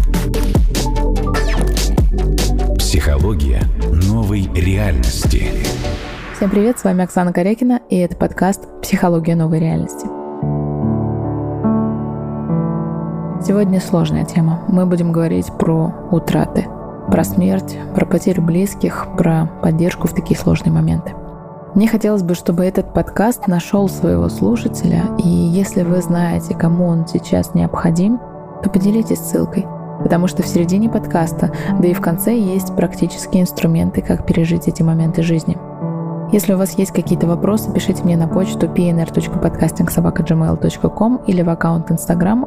Психология новой реальности. Всем привет, с вами Оксана Корякина, и это подкаст «Психология новой реальности». Сегодня сложная тема. Мы будем говорить про утраты, про смерть, про потерю близких, про поддержку в такие сложные моменты. Мне хотелось бы, чтобы этот подкаст нашел своего слушателя, и если вы знаете, кому он сейчас необходим, то поделитесь ссылкой, потому что в середине подкаста, да и в конце есть практические инструменты, как пережить эти моменты жизни. Если у вас есть какие-то вопросы, пишите мне на почту pnr.podcasting@gmail.com или в аккаунт Instagram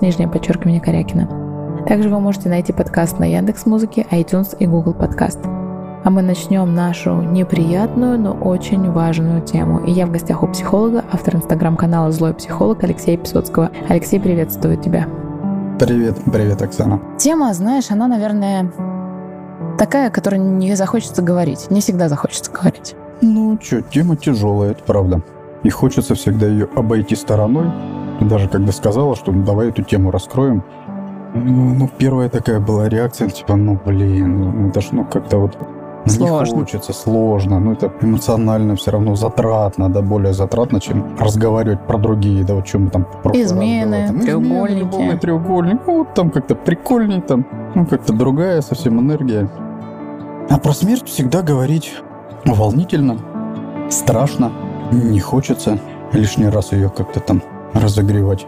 _Корякина. Также вы можете найти подкаст на Яндекс.Музыке, iTunes и Google Подкаст. А мы начнем нашу неприятную, но очень важную тему. И я в гостях у психолога, автора инстаграм-канала «Злой психолог» Алексея Песоцкого. Алексей, приветствую тебя. Привет, Оксана. Тема, знаешь, она, наверное, такая, о которой не захочется говорить. Не всегда захочется говорить. Тема тяжелая, это правда. И хочется всегда ее обойти стороной. Даже когда сказала, что давай эту тему раскроем. Первая такая была реакция, это ж как-то вот... Сложно. Не хочется, сложно. Это эмоционально все равно затратно, более затратно, чем разговаривать про другие, о чем мы там в прошлый измены, раз треугольники. Треугольник, там как-то прикольней, как-то другая совсем энергия. А про смерть всегда говорить волнительно, страшно, не хочется лишний раз ее как-то разогревать.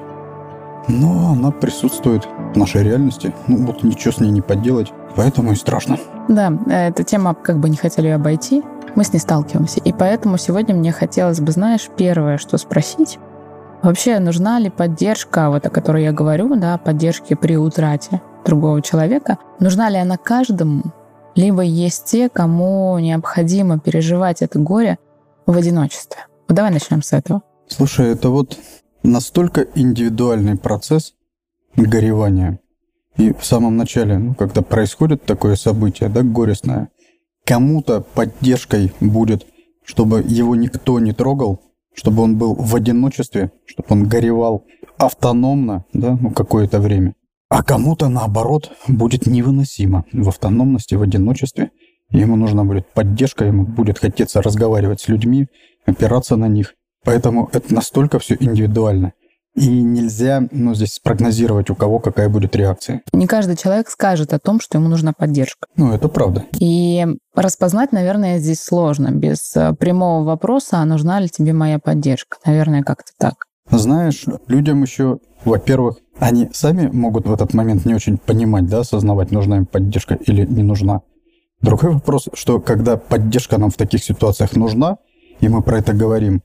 Но она присутствует в нашей реальности. Ничего с ней не поделать, поэтому и страшно. Да, эта тема, как бы не хотели ее обойти, мы с ней сталкиваемся. И поэтому сегодня мне хотелось бы, первое, что спросить, вообще нужна ли поддержка, о которой я говорю, поддержки при утрате другого человека, нужна ли она каждому, либо есть те, кому необходимо переживать это горе в одиночестве? Давай начнем с этого. Слушай, это настолько индивидуальный процесс горевания. И в самом начале, когда происходит такое событие, горестное, кому-то поддержкой будет, чтобы его никто не трогал, чтобы он был в одиночестве, чтобы он горевал автономно, какое-то время. А кому-то, наоборот, будет невыносимо в автономности, в одиночестве. Ему нужна будет поддержка, ему будет хотеться разговаривать с людьми, опираться на них. Поэтому это настолько все индивидуально. И нельзя здесь спрогнозировать, у кого какая будет реакция. Не каждый человек скажет о том, что ему нужна поддержка. Это правда. И распознать, наверное, здесь сложно. Без прямого вопроса, а нужна ли тебе моя поддержка? Наверное, как-то так. Знаешь, людям еще, во-первых, они сами могут в этот момент не очень понимать, осознавать, нужна им поддержка или не нужна. Другой вопрос, что когда поддержка нам в таких ситуациях нужна, и мы про это говорим,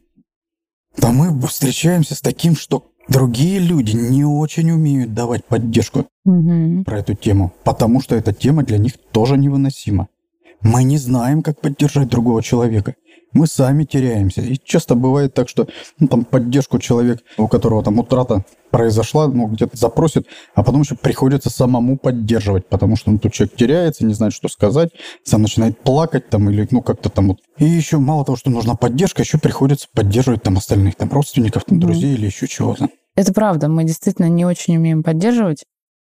то мы встречаемся с таким, что другие люди не очень умеют давать поддержку про эту тему, потому что эта тема для них тоже невыносима. Мы не знаем, как поддержать другого человека. Мы сами теряемся. И часто бывает так, что поддержку человек, у которого утрата произошла, где-то запросит, а потом еще приходится самому поддерживать, потому что тут человек теряется, не знает, что сказать, сам начинает плакать или как-то И еще мало того, что нужна поддержка, еще приходится поддерживать остальных, родственников, друзей или еще чего-то. Это правда, мы действительно не очень умеем поддерживать.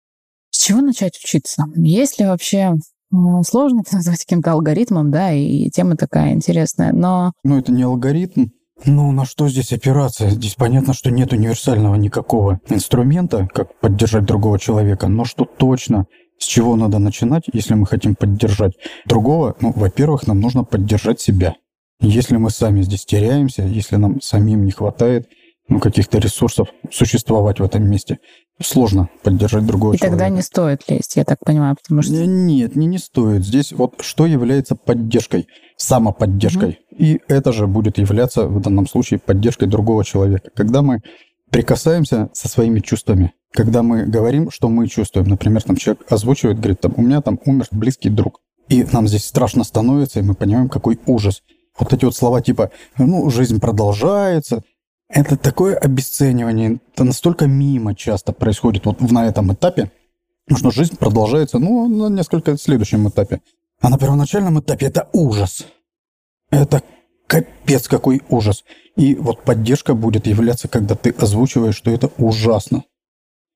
С чего начать учиться? Есть ли вообще... Сложно это назвать каким-то алгоритмом, и тема такая интересная, но... это не алгоритм. На что здесь опираться? Здесь понятно, что нет универсального никакого инструмента, как поддержать другого человека, но что точно, с чего надо начинать, если мы хотим поддержать другого? Во-первых, нам нужно поддержать себя. Если мы сами здесь теряемся, если нам самим не хватает каких-то ресурсов существовать в этом месте, сложно поддержать другого человека. И тогда не стоит лезть, я так понимаю, потому что... Нет, не стоит. Здесь что является поддержкой? Самоподдержкой. И это же будет являться в данном случае поддержкой другого человека. Когда мы прикасаемся со своими чувствами, когда мы говорим, что мы чувствуем, например, человек озвучивает, говорит, у меня умер близкий друг. И нам здесь страшно становится, и мы понимаем, какой ужас. Эти слова типа «жизнь продолжается», это такое обесценивание, это настолько мимо часто происходит на этом этапе, что жизнь продолжается, на несколько следующем этапе. А на первоначальном этапе это ужас. Это капец какой ужас. И поддержка будет являться, когда ты озвучиваешь, что это ужасно.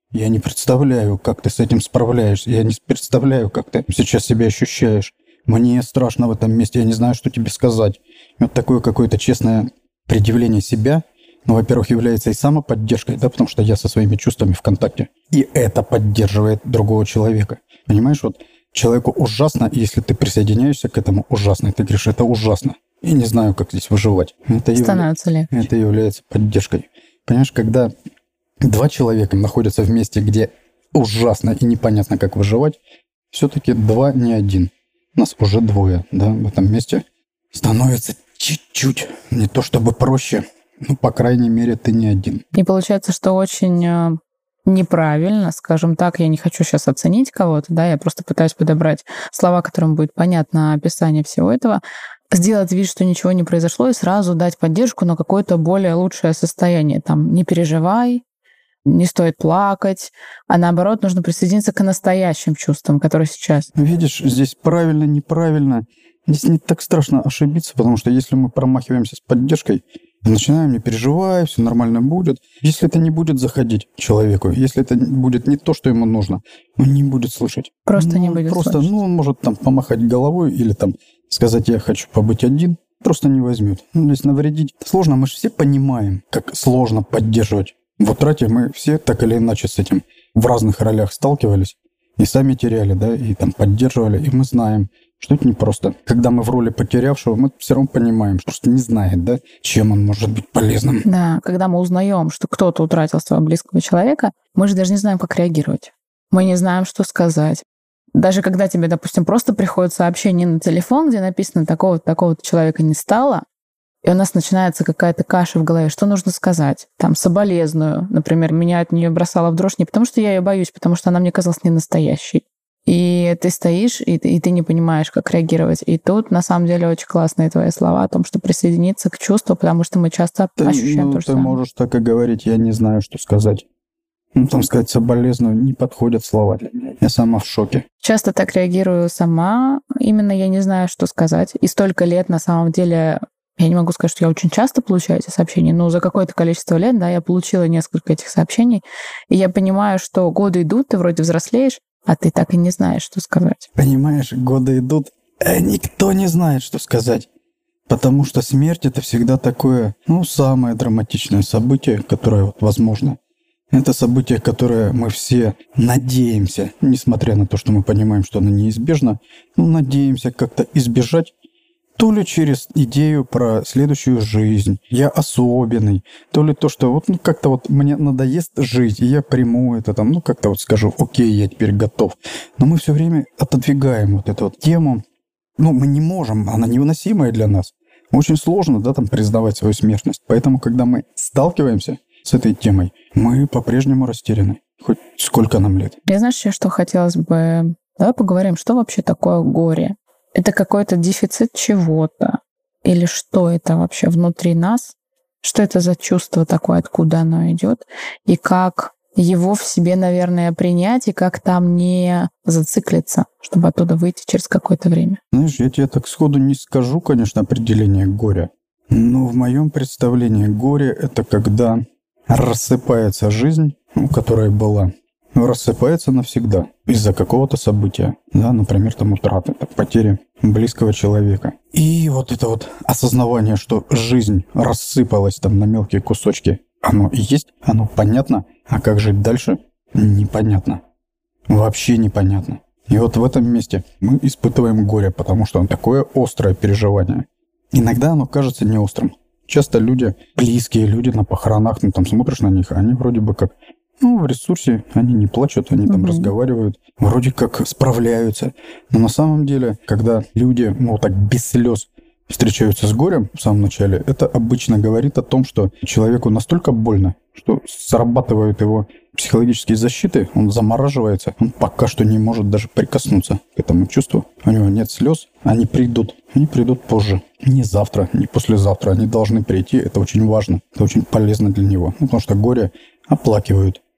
Я не представляю, как ты с этим справляешься. Я не представляю, как ты сейчас себя ощущаешь. Мне страшно в этом месте. Я не знаю, что тебе сказать. И вот такое какое-то честное предъявление себя, ну, во-первых, является и самоподдержкой, да, потому что я со своими чувствами в контакте. И это поддерживает другого человека. Понимаешь, вот человеку ужасно, и если ты присоединяешься к этому ужасно, и ты говоришь, это ужасно. И не знаю, как здесь выживать. Становится легче. Это является поддержкой. Понимаешь, когда два человека находятся в месте, где ужасно и непонятно, как выживать, все-таки два не один. Нас уже двое, да, в этом месте. Становится чуть-чуть, не то чтобы проще, ну, по крайней мере, ты не один. И получается, что очень неправильно, скажем так, я не хочу сейчас оценить кого-то, да, я просто пытаюсь подобрать слова, которым будет понятно описание всего этого, сделать вид, что ничего не произошло, и сразу дать поддержку на какое-то более лучшее состояние. Там, не переживай, не стоит плакать, а наоборот, нужно присоединиться к настоящим чувствам, которые сейчас. Видишь, здесь правильно, неправильно. Здесь не так страшно ошибиться, потому что если мы промахиваемся с поддержкой, начинаем, не переживай, все нормально будет. Если это не будет заходить человеку, если это будет не то, что ему нужно, он не будет слышать. Просто не будет просто, слышать. он может там помахать головой или там сказать, я хочу побыть один, просто не возьмет. Здесь навредить сложно, мы же все понимаем, как сложно поддерживать. В утрате мы все так или иначе с этим в разных ролях сталкивались и сами теряли, да, и там поддерживали, и мы знаем, что это непросто. Когда мы в роли потерявшего, мы все равно понимаем, что просто не знает, да, чем он может быть полезным. Да, когда мы узнаем, что кто-то утратил своего близкого человека, мы же даже не знаем, как реагировать. Мы не знаем, что сказать. Даже когда тебе, допустим, просто приходит сообщение на телефон, где написано «такого-то человека не стало», и у нас начинается какая-то каша в голове, что нужно сказать? Там, соболезную, например, меня от нее бросало в дрожь не потому, что я ее боюсь, потому что она мне казалась не настоящей. И ты стоишь, и ты не понимаешь, как реагировать. И тут, на самом деле, очень классные твои слова о том, что присоединиться к чувству, потому что мы часто ощущаем то же самое. Ты можешь так и говорить, я не знаю, что сказать. Там сказать соболезную не подходят слова для меня. Я сама в шоке. Часто так реагирую сама. Именно я не знаю, что сказать. И столько лет, на самом деле, я не могу сказать, что я очень часто получаю эти сообщения, но за какое-то количество лет, да, я получила несколько этих сообщений. И я понимаю, что годы идут, ты вроде взрослеешь, а ты так и не знаешь, что сказать. Понимаешь, годы идут, а никто не знает, что сказать. Потому что смерть — это всегда такое, самое драматичное событие, которое вот возможно. Это событие, которое мы все надеемся, несмотря на то, что мы понимаем, что оно неизбежно, надеемся как-то избежать. То ли через идею про следующую жизнь, я особенный, то ли то, что как-то мне надоест жить, и я приму это как-то скажу, окей, я теперь готов. Но мы все время отодвигаем эту тему. Мы не можем, она невыносимая для нас. Очень сложно, признавать свою смертность. Поэтому, когда мы сталкиваемся с этой темой, мы по-прежнему растеряны. Хоть сколько нам лет. Я знаешь, что хотелось бы... Давай поговорим, что вообще такое горе? Это какой-то дефицит чего-то? Или что это вообще внутри нас? Что это за чувство такое, откуда оно идет? И как его в себе, наверное, принять, и как там не зациклиться, чтобы оттуда выйти через какое-то время? Знаешь, я тебе так сходу не скажу, конечно, определение горя. Но в моем представлении горе — это когда рассыпается жизнь, которая была, рассыпается навсегда из-за какого-то события, например, утраты, потери близкого человека. И это осознавание, что жизнь рассыпалась на мелкие кусочки, оно и есть, оно понятно, а как жить дальше, непонятно. Вообще непонятно. И в этом месте мы испытываем горе, потому что оно такое острое переживание. Иногда оно кажется не острым. Часто люди, близкие люди на похоронах, смотришь на них, они вроде бы как в ресурсе, они не плачут, они там разговаривают, вроде как справляются. Но на самом деле, когда люди, так без слез встречаются с горем в самом начале, это обычно говорит о том, что человеку настолько больно, что срабатывают его психологические защиты, он замораживается, он пока что не может даже прикоснуться к этому чувству. У него нет слез, они придут позже. Не завтра, не послезавтра, они должны прийти, это очень важно, это очень полезно для него. Потому что горе оплакивают.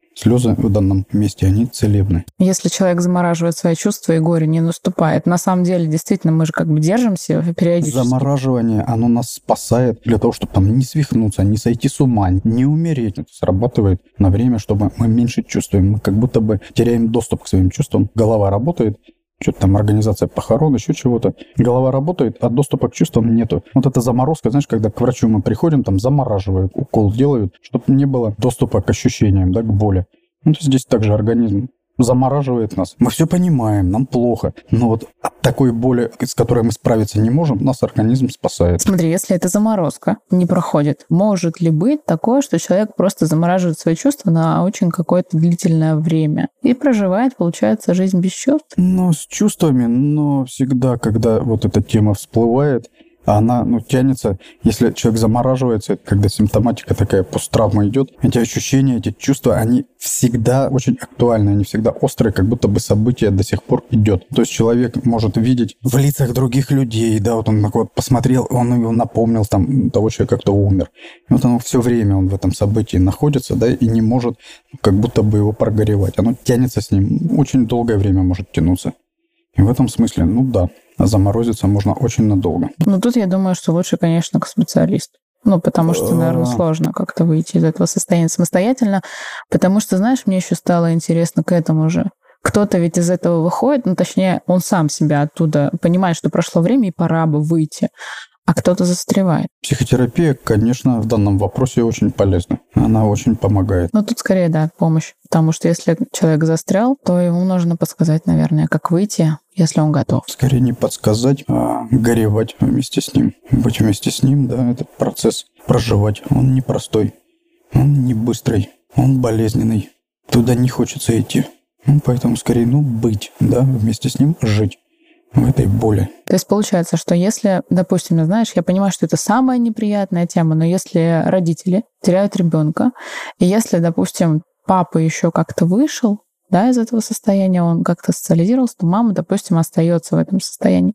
Слезы в данном месте, они целебны. Если человек замораживает свои чувства и горе не наступает, на самом деле, действительно, мы же как бы держимся периодически. Замораживание, оно нас спасает для того, чтобы там не свихнуться, не сойти с ума, не умереть. Это срабатывает на время, чтобы мы меньше чувствуем. Мы как будто бы теряем доступ к своим чувствам. Голова работает, что-то там организация похорон, еще чего-то. Голова работает, а доступа к чувствам нету. Вот эта заморозка, знаешь, когда к врачу мы приходим, там замораживают, укол делают, чтобы не было доступа к ощущениям, да, к боли. Ну, то здесь также организм замораживает нас. Мы все понимаем, нам плохо. Но вот от такой боли, с которой мы справиться не можем, нас организм спасает. Смотри, если эта заморозка не проходит, может ли быть такое, что человек просто замораживает свои чувства на очень какое-то длительное время и проживает, получается, жизнь без чувств? Ну, с чувствами, но всегда, когда вот эта тема всплывает, она, тянется. Если человек замораживается, когда симптоматика такая посттравма идет, эти ощущения, эти чувства, они всегда очень актуальны, они всегда острые, как будто бы событие до сих пор идет. То есть человек может видеть в лицах других людей, да, вот он вот посмотрел, он его напомнил, там, того человека, кто умер. И вот оно все время он в этом событии находится, да, и не может как будто бы его прогоревать. Оно тянется с ним, очень долгое время может тянуться. И в этом смысле, да, заморозиться можно очень надолго. Тут я думаю, что лучше, конечно, к специалисту. Потому что, наверное, сложно как-то выйти из этого состояния самостоятельно. Потому что, знаешь, мне еще стало интересно к этому же. Кто-то ведь из этого выходит, точнее, он сам себя оттуда понимает, что прошло время и пора бы выйти. А кто-то застревает. Психотерапия, конечно, в данном вопросе очень полезна. Она очень помогает. Тут скорее, да, помощь. Потому что если человек застрял, то ему нужно подсказать, наверное, как выйти, если он готов. Скорее не подсказать, а горевать вместе с ним. Быть вместе с ним, да, этот процесс проживать. Он непростой, он не быстрый, он болезненный. Туда не хочется идти. Поэтому скорее, быть, да, вместе с ним жить в этой боли. То есть получается, что если, допустим, знаешь, я понимаю, что это самая неприятная тема, но если родители теряют ребенка, и если, допустим, папа еще как-то вышел, да, из этого состояния, он как-то социализировался, то мама, допустим, остается в этом состоянии.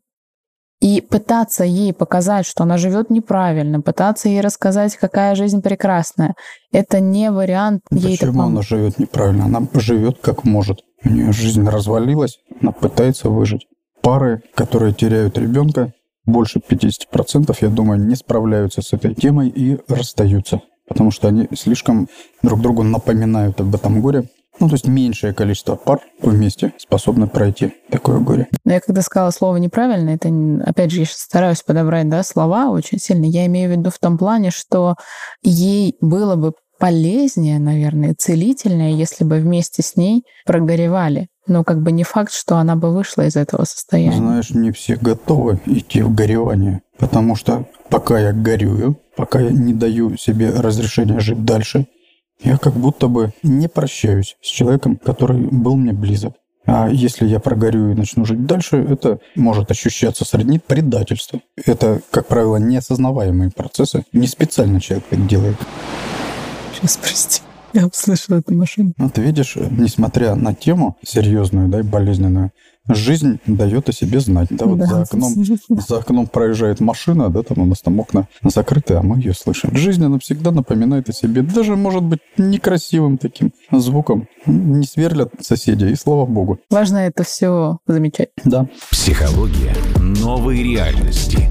И пытаться ей показать, что она живет неправильно, пытаться ей рассказать, какая жизнь прекрасная, это не вариант ей Почему она живет неправильно? Она живет как может. У нее жизнь развалилась, она пытается выжить. Пары, которые теряют ребенка, больше 50%, я думаю, не справляются с этой темой и расстаются. Потому что они слишком друг другу напоминают об этом горе. То есть меньшее количество пар вместе способны пройти такое горе. Но я когда сказала слово «неправильно», это, опять же, я сейчас стараюсь подобрать, да, слова очень сильно. Я имею в виду в том плане, что ей было бы полезнее, наверное, целительнее, если бы вместе с ней прогоревали. Но не факт, что она бы вышла из этого состояния. Знаешь, не все готовы идти в горевание, потому что пока я горюю, пока я не даю себе разрешения жить дальше, я как будто бы не прощаюсь с человеком, который был мне близок. А если я прогорю и начну жить дальше, это может ощущаться сродни предательству. Это, как правило, неосознаваемые процессы. Не специально человек так делает. Сейчас, прости. Я услышала эту машину. Ты видишь, несмотря на тему серьезную, да, и болезненную, жизнь дает о себе знать. Да, вот да, за окном проезжает машина, да, там у нас там окна закрыты, а мы ее слышим. Жизнь, она всегда напоминает о себе, даже, может быть, некрасивым таким звуком. Не сверлят соседи, и слава богу. Важно это все замечать. Да. Психология новой реальности.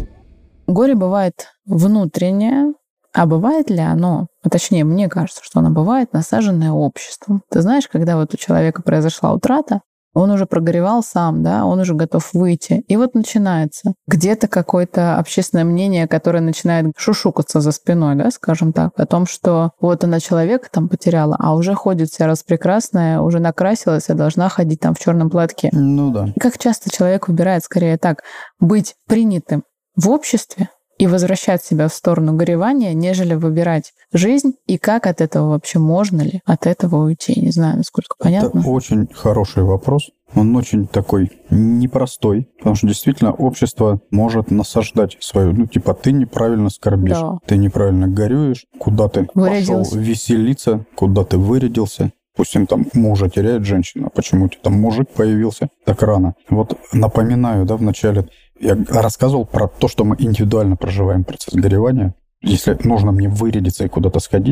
Горе бывает внутреннее, а бывает ли оно, точнее, мне кажется, что оно бывает насаженное обществом. Ты знаешь, когда вот у человека произошла утрата, он уже прогоревал сам, да, он уже готов выйти. И вот начинается где-то какое-то общественное мнение, которое начинает шушукаться за спиной, да, скажем так, о том, что вот она человека там потеряла, а уже ходит вся распрекрасная, уже накрасилась, а должна ходить там в черном платке. Да. Как часто человек выбирает скорее так, быть принятым в обществе, и возвращать себя в сторону горевания, нежели выбирать жизнь, и как от этого вообще, можно ли от этого уйти? Не знаю, насколько понятно. Это очень хороший вопрос. Он очень такой непростой, потому что действительно общество может насаждать свою, ты неправильно скорбишь, да. Ты неправильно горюешь, куда ты пошел веселиться, куда ты вырядился. Допустим, там мужа теряет женщина, почему у тебя там мужик появился так рано? Вот напоминаю, да, вначале я рассказывал про то, что мы индивидуально проживаем процесс горевания. Если нужно мне вырядиться и куда-то сходить,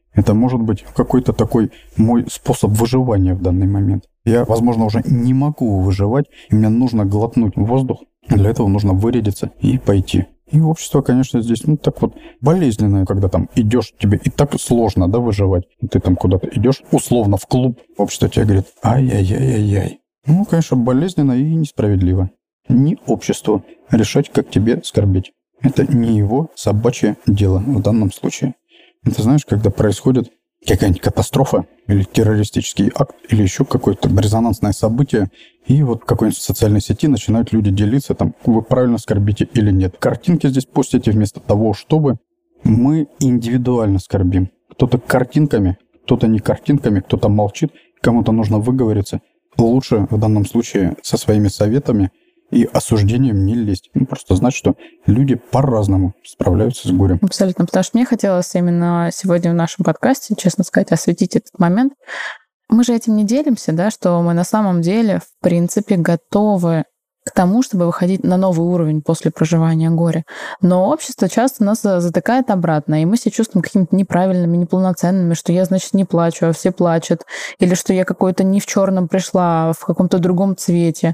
Это может быть какой-то такой мой способ выживания в данный момент. Я, возможно, уже не могу выживать, и мне нужно глотнуть воздух. Для этого нужно вырядиться и пойти. И общество, конечно, здесь, так вот, болезненное, когда там идешь, тебе и так сложно, да, выживать. Ты там куда-то идешь, условно, в клуб, общество тебе говорит, ай-яй-яй-яй-яй. Конечно, болезненно и несправедливо. Не обществу решать, как тебе скорбеть. Это не его собачье дело в данном случае. Это, знаешь, когда происходит какая-нибудь катастрофа или террористический акт, или еще какое-то резонансное событие, и вот в какой-нибудь социальной сети начинают люди делиться, там, вы правильно скорбите или нет. Картинки здесь постите вместо того, чтобы мы индивидуально скорбим. Кто-то картинками, кто-то не картинками, кто-то молчит, кому-то нужно выговориться. Лучше в данном случае со своими советами и осуждением не лезть. Просто знать, что люди по-разному справляются с горем. Абсолютно. Потому что мне хотелось именно сегодня в нашем подкасте, честно сказать, осветить этот момент. Мы же этим не делимся, да, что мы на самом деле, в принципе, готовы к тому, чтобы выходить на новый уровень после проживания горя. Но общество часто нас затыкает обратно, и мы себя чувствуем какими-то неправильными, неполноценными, что я, значит, не плачу, а все плачут, или что я какой-то не в черном пришла, а в каком-то другом цвете.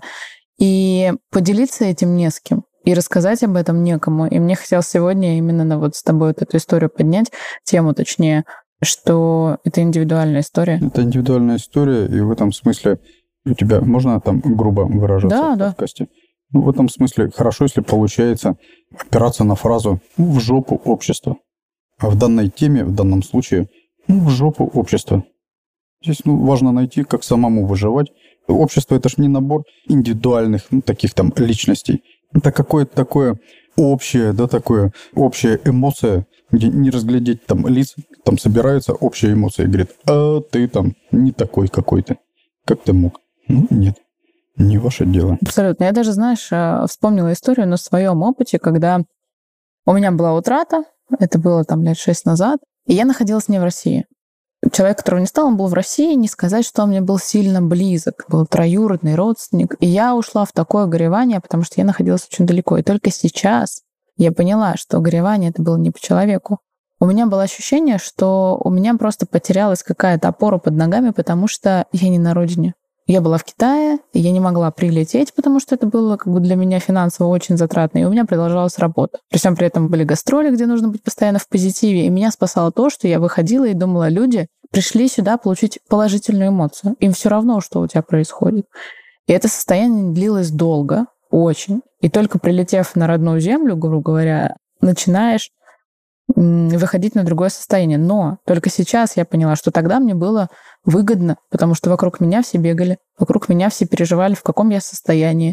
И поделиться этим не с кем, и рассказать об этом некому. И мне хотелось сегодня именно вот с тобой вот эту историю поднять, тему точнее, что это индивидуальная история. Это индивидуальная история, и в этом смысле у тебя можно там грубо выражаться в подкасте? Да. В этом смысле хорошо, если получается опираться на фразу «в жопу общества». А в данной теме, в данном случае, в жопу общества. Здесь важно найти, как самому выживать. Общество — это ж не набор индивидуальных таких там личностей. Это какое-то такое общее, да, такое общая эмоция, где не разглядеть там лиц, там собираются общие эмоции и говорит, а ты там не такой какой-то. Как ты мог? Нет, не ваше дело. Абсолютно. Я даже, знаешь, вспомнила историю на своем опыте, когда у меня была утрата, это было там лет 6 назад, и я находилась не в России. Человек, которого не стал, он был в России, не сказать, что он мне был сильно близок, был троюродный родственник. И я ушла в такое горевание, потому что я находилась очень далеко. И только сейчас я поняла, что горевание это было не по человеку. У меня было ощущение, что у меня просто потерялась какая-то опора под ногами, потому что я не на родине. Я была в Китае, и я не могла прилететь, потому что это было как бы для меня финансово очень затратно, и у меня продолжалась работа. При всем при этом были гастроли, где нужно быть постоянно в позитиве, и меня спасало то, что я выходила и думала, люди пришли сюда получить положительную эмоцию. Им все равно, что у тебя происходит. И это состояние длилось долго, очень. И только прилетев на родную землю, грубо говоря, начинаешь выходить на другое состояние. Но только сейчас я поняла, что тогда мне было выгодно, потому что вокруг меня все бегали, вокруг меня все переживали, в каком я состоянии.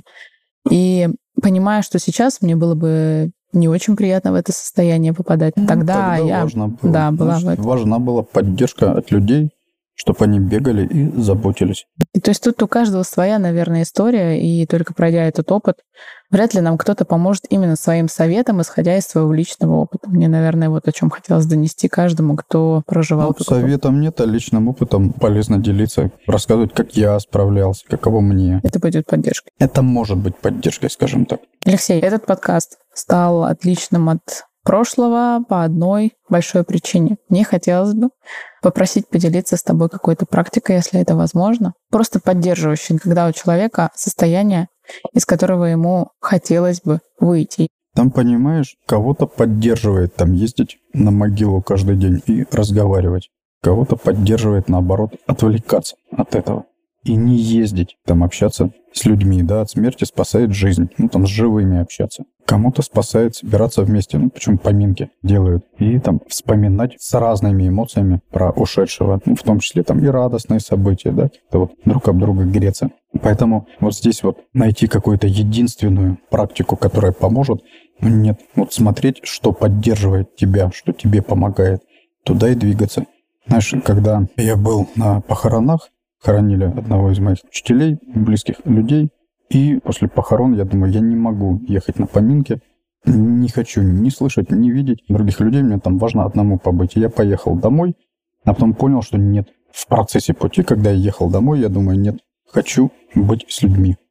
И понимая, что сейчас мне было бы не очень приятно в это состояние попадать. Тогда я важно было, была в этом. Важна была поддержка от людей, чтобы они бегали и заботились. И то есть тут у каждого своя, наверное, история, и только пройдя этот опыт, вряд ли нам кто-то поможет именно своим советом, исходя из своего личного опыта. Мне, наверное, вот о чем хотелось донести каждому, кто проживал. Советом нет, а личным опытом полезно делиться, рассказывать, как я справлялся, каково мне. Это будет поддержкой. Это может быть поддержкой, скажем так. Алексей, этот подкаст стал отличным от прошлого по одной большой причине. Мне хотелось бы попросить поделиться с тобой какой-то практикой, если это возможно. Просто поддерживающей, когда у человека состояние, из которого ему хотелось бы выйти. Там, понимаешь, кого-то поддерживает там ездить на могилу каждый день и разговаривать. Кого-то поддерживает, наоборот, отвлекаться от этого. И не ездить, там общаться с людьми, да, от смерти спасает жизнь, там с живыми общаться. Кому-то спасает собираться вместе, причем поминки делают. И там вспоминать с разными эмоциями про ушедшего, в том числе там и радостные события, да, это вот друг об друга греться. Поэтому вот здесь вот найти какую-то единственную практику, которая поможет, нет. Вот смотреть, что поддерживает тебя, что тебе помогает, туда и двигаться. Знаешь, когда я был на похоронах, хоронили одного из моих учителей, близких людей. И после похорон я думаю, я не могу ехать на поминки. Не хочу ни слышать, ни видеть других людей. Мне там важно одному побыть. И я поехал домой, а потом понял, что нет. В процессе пути, когда я ехал домой, я думаю, нет, хочу быть с людьми.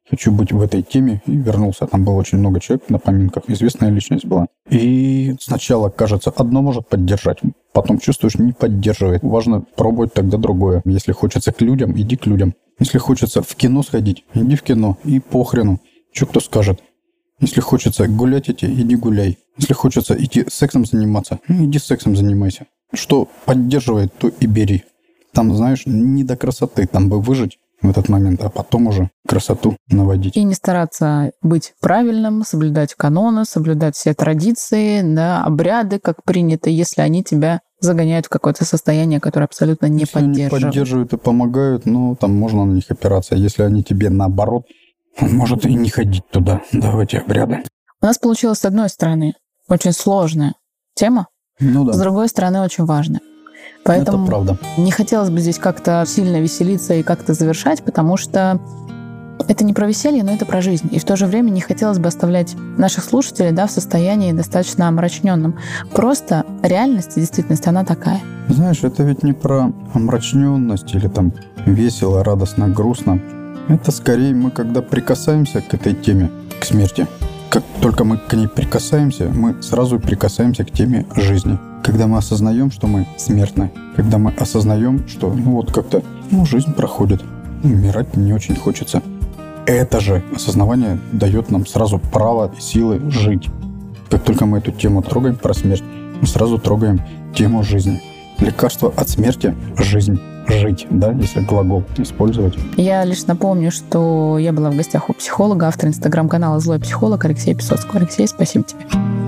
хочу быть в этой теме, и вернулся. Там было очень много человек на поминках, известная личность была. И сначала, кажется, одно может поддержать, потом чувствуешь, не поддерживает. Важно пробовать тогда другое. Если хочется к людям, иди к людям. Если хочется в кино сходить, иди в кино, и похрену, что кто скажет. Если хочется гулять иди гуляй. Если хочется идти сексом заниматься, иди сексом занимайся. Что поддерживает, то и бери. Там, знаешь, не до красоты, там бы выжить в этот момент, а потом уже красоту наводить. И не стараться быть правильным, соблюдать каноны, соблюдать все традиции, да, обряды, как принято, если они тебя загоняют в какое-то состояние, которое абсолютно не поддерживает. Если они поддерживают и помогают, там можно на них опираться. Если они тебе наоборот, может и не ходить туда, в эти обряды. У нас получилось, с одной стороны, очень сложная тема, с другой стороны, очень важная. Поэтому это правда. Не хотелось бы здесь как-то сильно веселиться и как-то завершать, потому что это не про веселье, но это про жизнь. И в то же время не хотелось бы оставлять наших слушателей в состоянии достаточно омрачненном. Просто реальность и действительность, она такая. Знаешь, это ведь не про омрачненность или там весело, радостно, грустно. Это скорее мы, когда прикасаемся к этой теме, к смерти. Как только мы к ней прикасаемся, мы сразу прикасаемся к теме жизни. Когда мы осознаем, что мы смертны. Когда мы осознаем, что как-то жизнь проходит. Умирать не очень хочется. Это же осознавание дает нам сразу право и силы жить. Как только мы эту тему трогаем про смерть, мы сразу трогаем тему жизни. Лекарство от смерти – жизнь. Жить, если глагол использовать. Я лишь напомню, что я была в гостях у психолога, автора инстаграм-канала «Злой психолог» Алексея Песоцкого. Алексей, спасибо тебе.